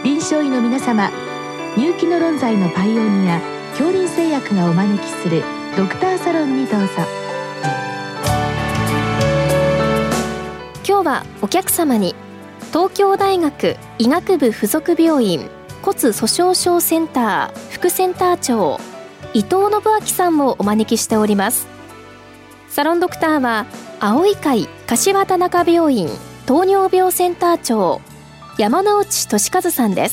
臨床医の皆様、入気の論剤のパイオニア恐林製薬がお招きするドクターサロンにどうぞ。 今日はお客様に東京大学医学部附属病院骨粗しょう症センター副センター長伊藤信明さんをお招きしております。サロンドクターは青い会柏田中病院糖尿病センター長山内俊和さんです。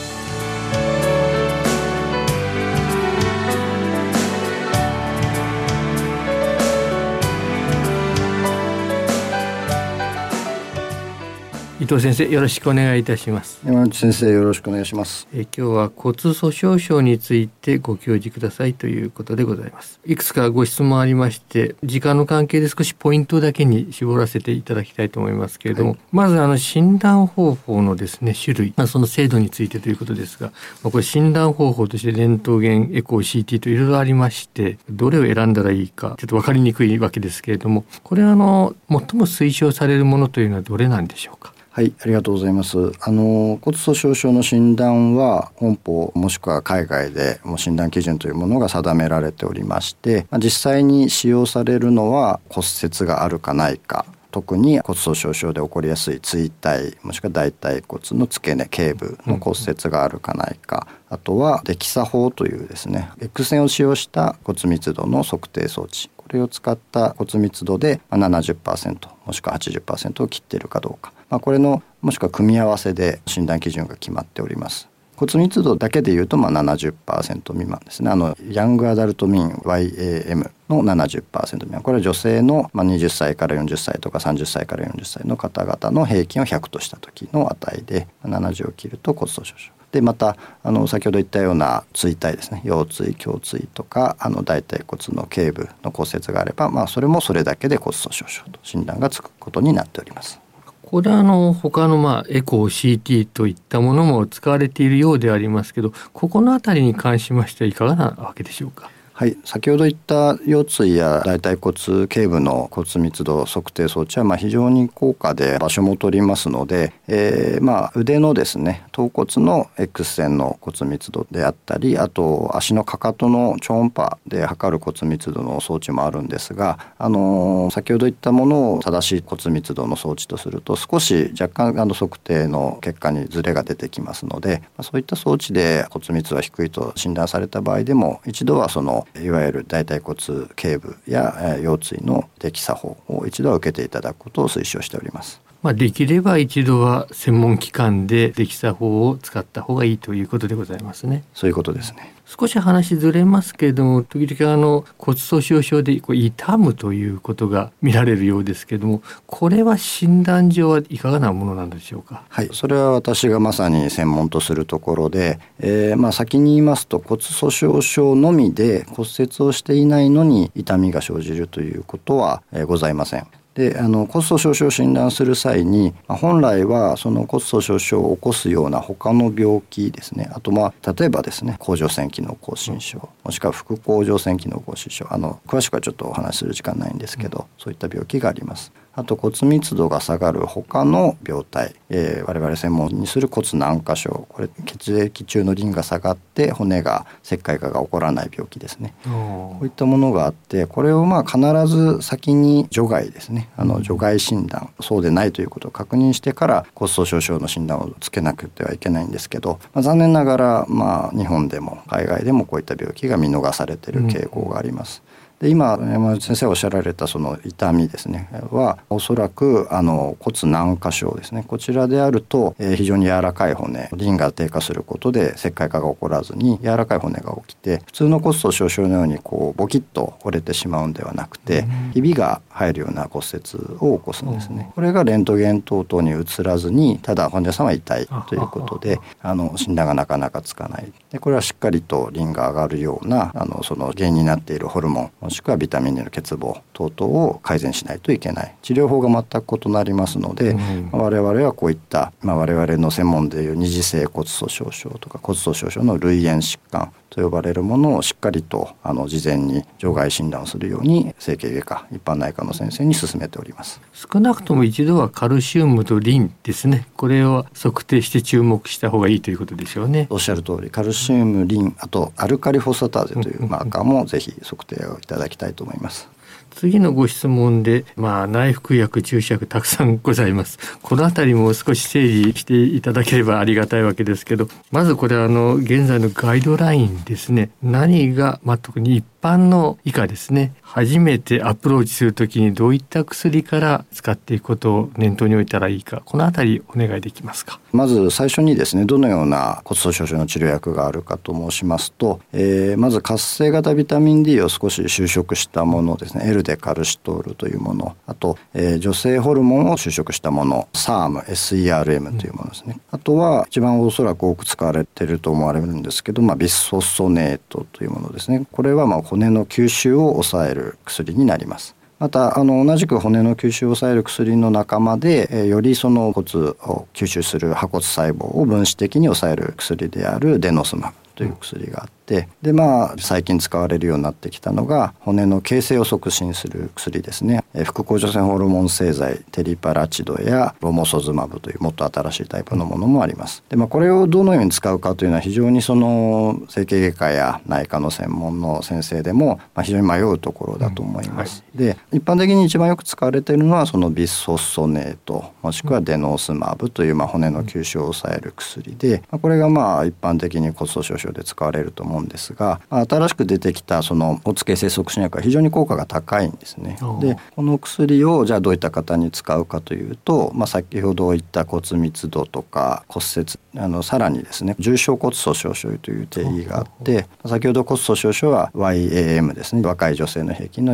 伊藤先生、よろしくお願いいたします。 山内先生、よろしくお願いします。 今日は骨粗しょう症についてご教示くださいということでございます。いくつかご質問ありまして、時間の関係で少しポイントだけに絞らせていただきたいと思いますけれども、まず診断方法のですね、種類、その精度についてということですが、これ診断方法としてレントゲン、エコー、CT といろいろありまして、どれを選んだらいいかちょっと分かりにくいわけですけれども、これ最も推奨されるものというのはどれなんでしょうか。 はい、ありがとうございます。骨粗しょう症の診断は本邦もしくは海外でも診断基準というものが定められておりまして、実際に使用されるのは骨折があるかないか、特に骨粗しょう症で起こりやすい椎体もしくは大腿骨の付け根頸部の骨折があるかないか、あとはデキサ法というですね、X線を使用した骨密度の測定装置、これを使った骨密度で 70% もしくは 80% を切っているかどうか、これのもしくは組み合わせで診断基準が決まっております。骨密度だけでいうと70% 未満ですね。ヤングアダルトミン YAM の 70% 未満、これは女性の20歳から40歳とか30歳から40歳の方々の平均を100とした時の値で、70を切ると骨粗しょう症で、また先ほど言ったような椎体ですね、腰椎、胸椎とか大腿骨の頸部の骨折があれば、それもそれだけで骨粗しょう症と診断がつくことになっております。 これは他のエコー CT といったものも使われているようでありますけど、ここのあたりに関しましてはいかがなわけでしょうか。 はい、先ほど言った腰椎や大腿骨頸部の骨密度測定装置は非常に高価で場所も取りますので、腕のですね、頭骨の X 線の骨密度であったり、あと足のかかとの超音波で測る骨密度の装置もあるんですが、先ほど言ったものを正しい骨密度の装置とすると少し若干測定の結果にズレが出てきますので、そういった装置で骨密度が低いと診断された場合でも、一度はいわゆる大腿骨頸部や腰椎のデキサ法を一度は受けていただくことを推奨しております。 できれば一度は専門機関でデキサ法を使った方がいいということでございますね。 そういうことですね。 少し話ずれますけれども、時々骨粗しょう症で痛むということが見られるようですけれども、これは診断上はいかがなものなんでしょうか。 はい、それは私がまさに専門とするところで、先に言いますと、骨粗しょう症のみで骨折をしていないのに痛みが生じるということは、ございません。で骨粗しょう症を診断する際に、本来はその骨粗しょう症を起こすような他の病気ですね、あと例えばですね、甲状腺機能亢進症もしくは副甲状腺機能亢進症、詳しくはちょっとお話しする時間ないんですけど、そういった病気があります。あと骨密度が下がる他の病態、我々専門にする骨軟化症、これ血液中のリンが下がって骨が石灰化が起こらない病気ですね。こういったものがあって、これを必ず先に除外ですね、除外診断、そうでないということを確認してから骨粗しょう症の診断をつけなくてはいけないんですけど、残念ながら日本でも海外でもこういった病気が見逃されている傾向があります。で今山内先生がおっしゃられたその痛みですねは、おそらく骨軟化症ですね、こちらであると、非常に柔らかい骨、リンが低下することで石灰化が起こらずに柔らかい骨が起きて、普通の骨粗しょう症のようにボキッと折れてしまうんではなくて、ひびが入るような骨折を起こすんですね。これがレントゲン等々に移らずに、ただ患者さんは痛いということで診断がなかなかつかない。でこれはしっかりとリンが上がるようなその原因になっているホルモン、 もしくはビタミン D の欠乏等々を改善しないといけない。治療法が全く異なりますので、我々はこういった、我々の専門でいう二次性骨粗しょう症とか骨粗しょう症の類縁疾患と呼ばれるものをしっかりと事前に除外診断をするように整形外科一般内科の先生に勧めております。 少なくとも一度はカルシウムとリンですね、これを測定して注目した方がいいということでしょうね。 おっしゃる通り、カルシウム、リン、あとアルカリフォスファターゼというマーカーもぜひ測定をいただきたいと思います。 次のご質問で、内服薬注射薬たくさんございます。このあたりも少し整理していただければありがたいわけですけど、まずこれ現在のガイドラインですね、何が、特に一般の以下ですね、初めてアプローチするときにどういった薬から使っていくことを念頭に置いたらいいか、このあたりお願いできますか。 まず最初にですね、どのような骨粗しょう症の治療薬があるかと申しますと、まず活性型ビタミン D を少し収縮したものですね、L でカルシトールというもの、あと、女性ホルモンを収縮したもの、SERM というものですね、あとは一番おそらく多く使われていると思われるんですけど、ビスフォスソネートというものですね。これは骨の吸収を抑える薬になります。また同じく骨の吸収を抑える薬の仲間で、よりその骨を吸収する破骨細胞を分子的に抑える薬であるデノスマブという薬があって、で最近使われるようになってきたのが骨の形成を促進する薬ですね。副甲状腺ホルモン製剤テリパラチドやロモソズマブというもっと新しいタイプのものもあります。で、これをどのように使うかというのは非常にその整形外科や内科の専門の先生でも非常に迷うところだと思います。で、一般的に一番よく使われているのはそのビスフォスソネートもしくはデノスマブという骨の吸収を抑える薬で、これが一般的に骨粗しょう症で使われると思うんですが、新しく出てきたその骨形成促進薬は非常に効果が高いんですね。で、この薬をじゃあどういった方に使うかというと、先ほど言った骨密度とか骨折、さらにですね、重症骨粗しょう症という定義があって、先ほど骨粗しょう症は YAM ですね、若い女性の平均の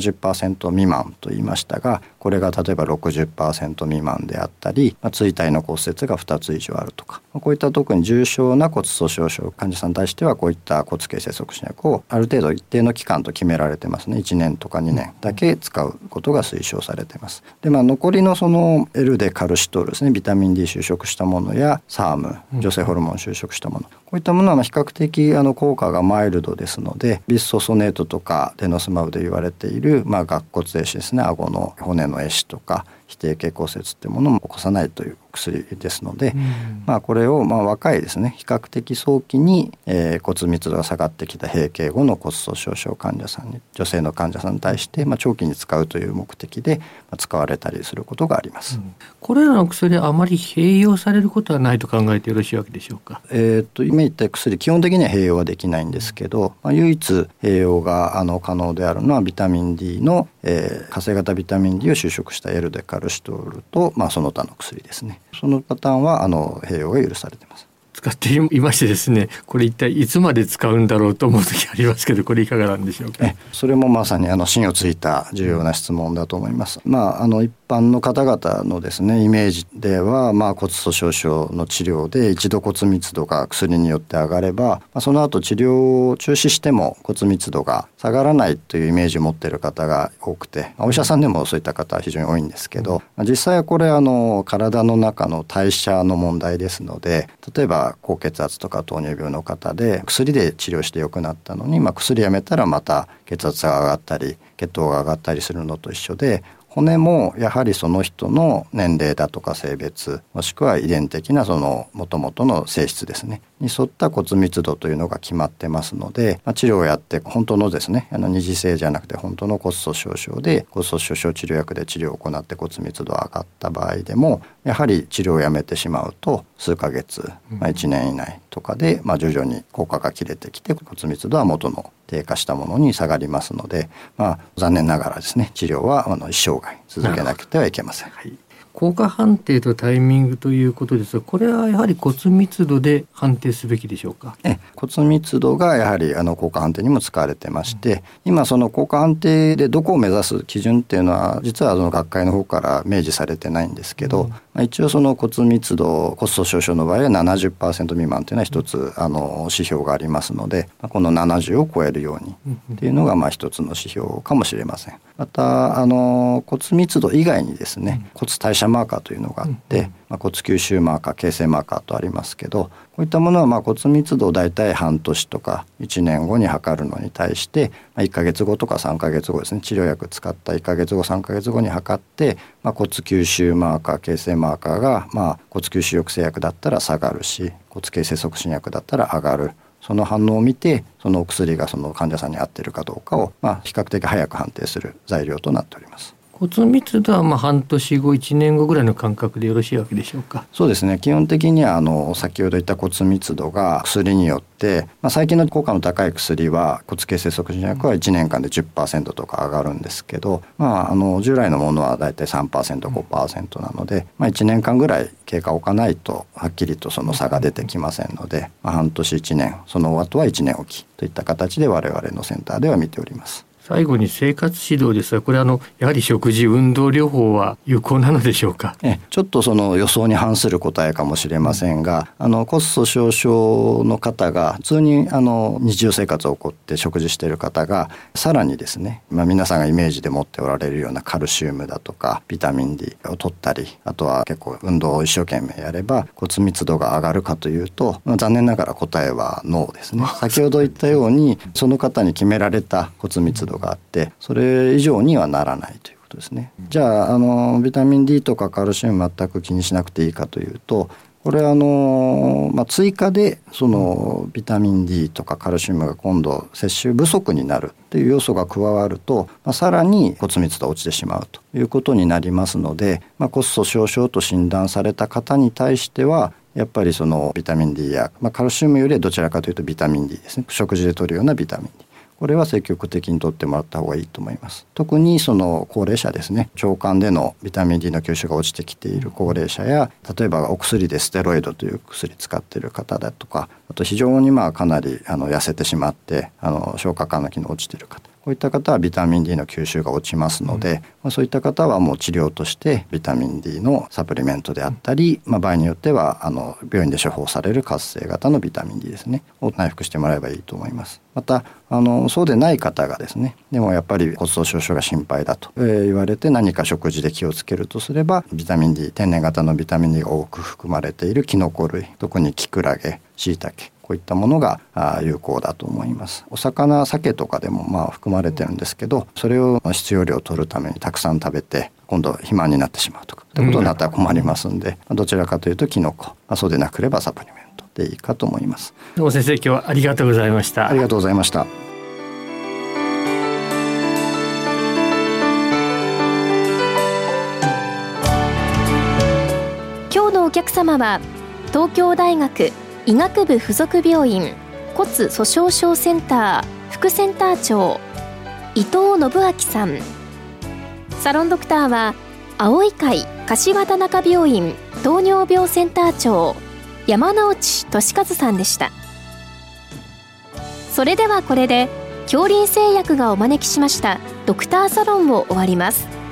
70% 未満と言いましたが、これが例えば 60% 未満であったり、椎体の骨折が2つ以上あるとか、こういった特に重症な骨粗しょう症患者さんに対してはこういった骨形成促進薬をある程度一定の期間と決められてますね。1年とか2年だけ使うことが推奨されています。で、残りのその L でカルシトールですね、ビタミン D 収縮したものや SERM 女性ホルモン収縮したもの、こういったものは比較的効果がマイルドですので、ビスフォソネートとかデノスマブで言われている顎骨壊死ですね、顎の骨の壊死とか非定型骨折っていうものも起こさないという薬ですので、これを若いですね、比較的早期に、骨密度が下がってきた閉経後の骨粗しょう症患者さんに、女性の患者さんに対して、長期に使うという目的で使われたりすることがあります。 これらの薬はあまり併用されることはないと考えてよろしいわけでしょうか。 今言った薬、基本的には併用はできないんですけど、唯一併用が可能であるのはビタミン D の、活性型ビタミン D を収縮した L でカルシトールと、その他の薬ですね。そのパターンは併用が許されています。 使っていましてですね、これ一体いつまで使うんだろうと思う時ありますけど、これいかがなんでしょうか。 それもまさに芯をついた重要な質問だと思います。一般の方々のですねイメージでは、骨粗しょう症の治療で一度骨密度が薬によって上がれば、その後治療を中止しても骨密度が下がらないというイメージを持っている方が多くて、お医者さんでもそういった方は非常に多いんですけど、実際はこれ体の中の代謝の問題ですので、例えば高血圧とか糖尿病の方で薬で治療して良くなったのに、薬やめたらまた血圧が上がったり血糖が上がったりするのと一緒で、骨もやはりその人の年齢だとか性別、もしくは遺伝的なその元々の性質ですねに沿った骨密度というのが決まってますので、治療をやって本当のですね二次性じゃなくて本当の骨粗しょう症で骨粗しょう症治療薬で治療を行って骨密度が上がった場合でも、やはり治療をやめてしまうと数ヶ月、1年以内とかで、徐々に効果が切れてきて骨密度は元の低下したものに下がりますので、残念ながらですね治療は一生涯続けなくてはいけません。 効果判定とタイミングということですが、これはやはり骨密度で判定すべきでしょうか。 骨密度がやはり効果判定にも使われてまして、今その効果判定でどこを目指す基準っていうのは実は学会の方から明示されてないんですけど、 一応その骨密度骨粗しょう症の場合は 70% 未満というのは一つ指標がありますので、この70を超えるようにっていうのが一つの指標かもしれません。また骨密度以外にですね、骨代謝マーカーというのがあって、骨吸収マーカー、形成マーカーとありますけど、こういったものは骨密度をだいたい半年とか1年後に測るのに対して、1ヶ月後とか3ヶ月後ですね、治療薬使った1ヶ月後3ヶ月後に測って、骨吸収マーカー、形成マーカーが骨吸収抑制薬だったら下がるし、骨形成促進薬だったら上がる。その反応を見て、そのお薬がその患者さんに合っているかどうかを比較的早く判定する材料となっております。 骨密度は半年後1年後ぐらいの間隔でよろしいわけでしょうか。 そうですね、基本的には先ほど言った骨密度が薬によって、最近の効果の高い薬は骨形成促進薬は1年間で 10% とか上がるんですけど、従来のものはだいたい 3%、5% なので、1年間ぐらい経過を置かないとはっきりとその差が出てきませんので、半年1年その後は1年おきといった形で我々のセンターでは見ております。 最後に生活指導ですが、これやはり食事運動療法は有効なのでしょうか。 ちょっとその予想に反する答えかもしれませんが、骨粗しょう症の方が普通に日常生活を送って食事している方がさらにですね、皆さんがイメージで持っておられるようなカルシウムだとかビタミン D を取ったり、あとは結構運動を一生懸命やれば骨密度が上がるかというと、残念ながら答えはノーですね。先ほど言ったようにその方に決められた骨密度があって、それ以上にはならないということですね。じゃあビタミン D とかカルシウム全く気にしなくていいかというと、これ追加でそのビタミン D とかカルシウムが今度摂取不足になるっていう要素が加わると、さらに骨密度が落ちてしまうということになりますので、骨粗しょう症と診断された方に対してはやっぱりそのビタミン D や、カルシウムよりはどちらかというとビタミン D ですね、食事で摂るようなビタミン D、これは積極的に取ってもらった方がいいと思います。特にその高齢者ですね、腸管でのビタミン D の吸収が落ちてきている高齢者や、例えばお薬でステロイドという薬使っている方だとか、あと非常にかなり痩せてしまって消化管の機能落ちている方、こういった方はビタミン D の吸収が落ちますので、そういった方はもう治療としてビタミン D のサプリメントであったり、場合によっては病院で処方される活性型のビタミン D ですねを内服してもらえばいいと思います。またそうでない方がですね、でもやっぱり骨粗しょう症が心配だと言われて何か食事で気をつけるとすれば、ビタミン D、 天然型のビタミン D が多く含まれているキノコ類、特にキクラゲ、シイタケ、こういったものが有効だと思います。お魚、鮭とかでも含まれてるんですけど、それを必要量を取るためにたくさん食べて今度肥満になってしまうとかということになったら困りますんで、どちらかというとキノコ、そうでなければサプリメントでいいかと思います。 どうも先生、今日はありがとうございました。 ありがとうございました。 今日のお客様は東京大学医学部附属病院骨粗しょう症センター副センター長伊藤信明さん。サロンドクターは青い会柏田中病院糖尿病センター長山内俊和さんでした。それではこれで恐林製薬がお招きしましたドクターサロンを終わります。